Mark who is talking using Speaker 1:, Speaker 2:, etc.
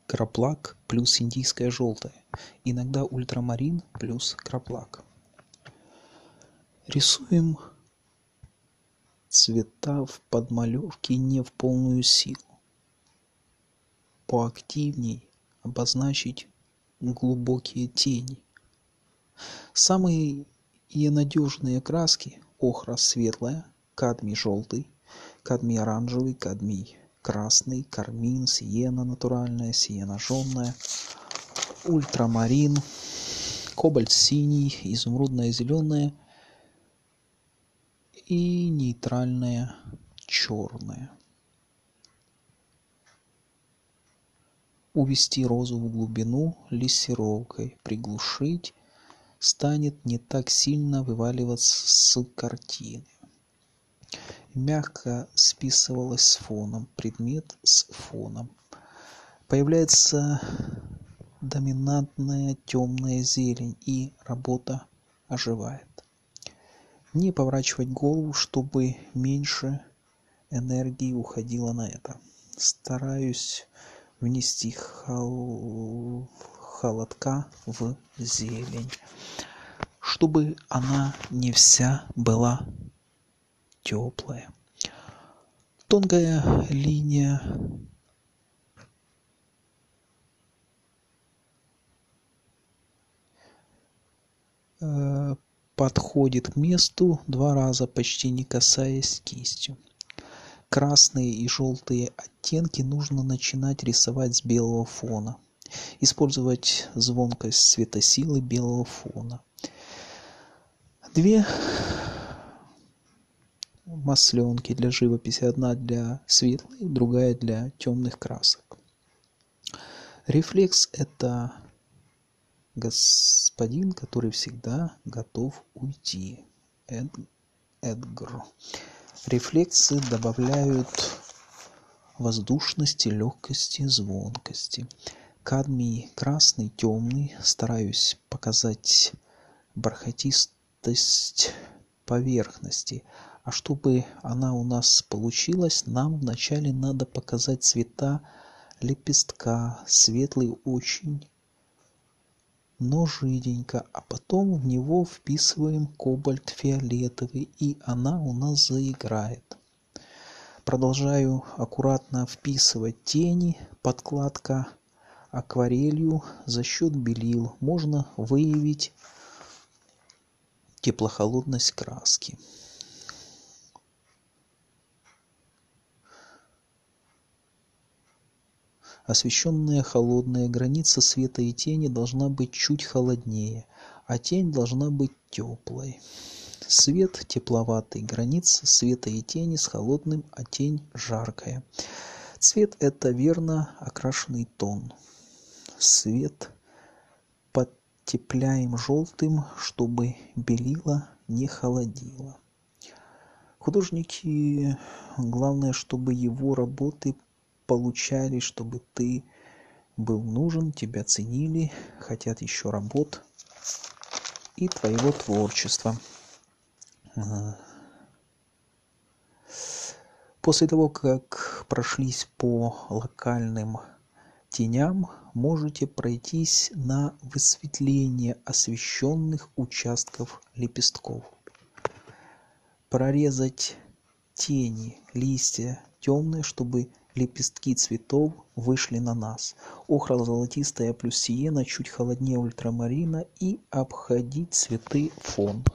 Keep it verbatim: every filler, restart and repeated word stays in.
Speaker 1: краплак плюс индийское желтое, иногда ультрамарин плюс краплак. Рисуем цвета в подмалевке не в полную силу. Поактивней обозначить глубокие тени. Самые надежные краски: охра светлая, кадмий желтый, кадмий оранжевый, кадмий красный, кармин, сиена натуральная, сиена жженая, ультрамарин, кобальт синий, изумрудная зеленая и нейтральная черная. Увести розу в глубину лессировкой, приглушить, станет не так сильно вываливаться с картины. Мягко списывалась с фоном, предмет с фоном. Появляется доминантная темная зелень, и работа оживает. Не поворачивать голову, чтобы меньше энергии уходило на это. Стараюсь внести хол... холодка в зелень, чтобы она не вся была теплая. Тонкая линия э, подходит к месту два раза, почти не касаясь кистью. Красные и желтые оттенки нужно начинать рисовать с белого фона. Использовать звонкость светосилы белого фона. Две масленки для живописи, одна для светлой, другая для темных красок. Рефлекс — это господин, который всегда готов уйти. Эд... Эдгар. Рефлексы добавляют воздушности, легкости, звонкости. Кадмий красный, темный. Стараюсь показать бархатистость поверхности. А чтобы она у нас получилась, нам вначале надо показать цвета лепестка. Светлый очень, но жиденько, а потом в него вписываем кобальт фиолетовый, и она у нас заиграет. Продолжаю аккуратно вписывать тени. Подкладка акварелью за счет белил. Можно выявить теплохолодность краски. Освещенная холодная граница света и тени должна быть чуть холоднее, а тень должна быть теплой. Свет тепловатый, граница света и тени с холодным, а тень жаркая. Цвет — это верно окрашенный тон. Свет подтепляем желтым, чтобы белило не холодило. Художники, главное, чтобы его работы получали, чтобы ты был нужен, тебя ценили, хотят еще работ и твоего творчества. После того, как прошлись по локальным теням, можете пройтись на высветление освещенных участков лепестков. Прорезать тени, листья темные, чтобы лепестки цветов вышли на нас. Охра золотистая плюс сиена чуть холоднее ультрамарина, и обходить цветы фон.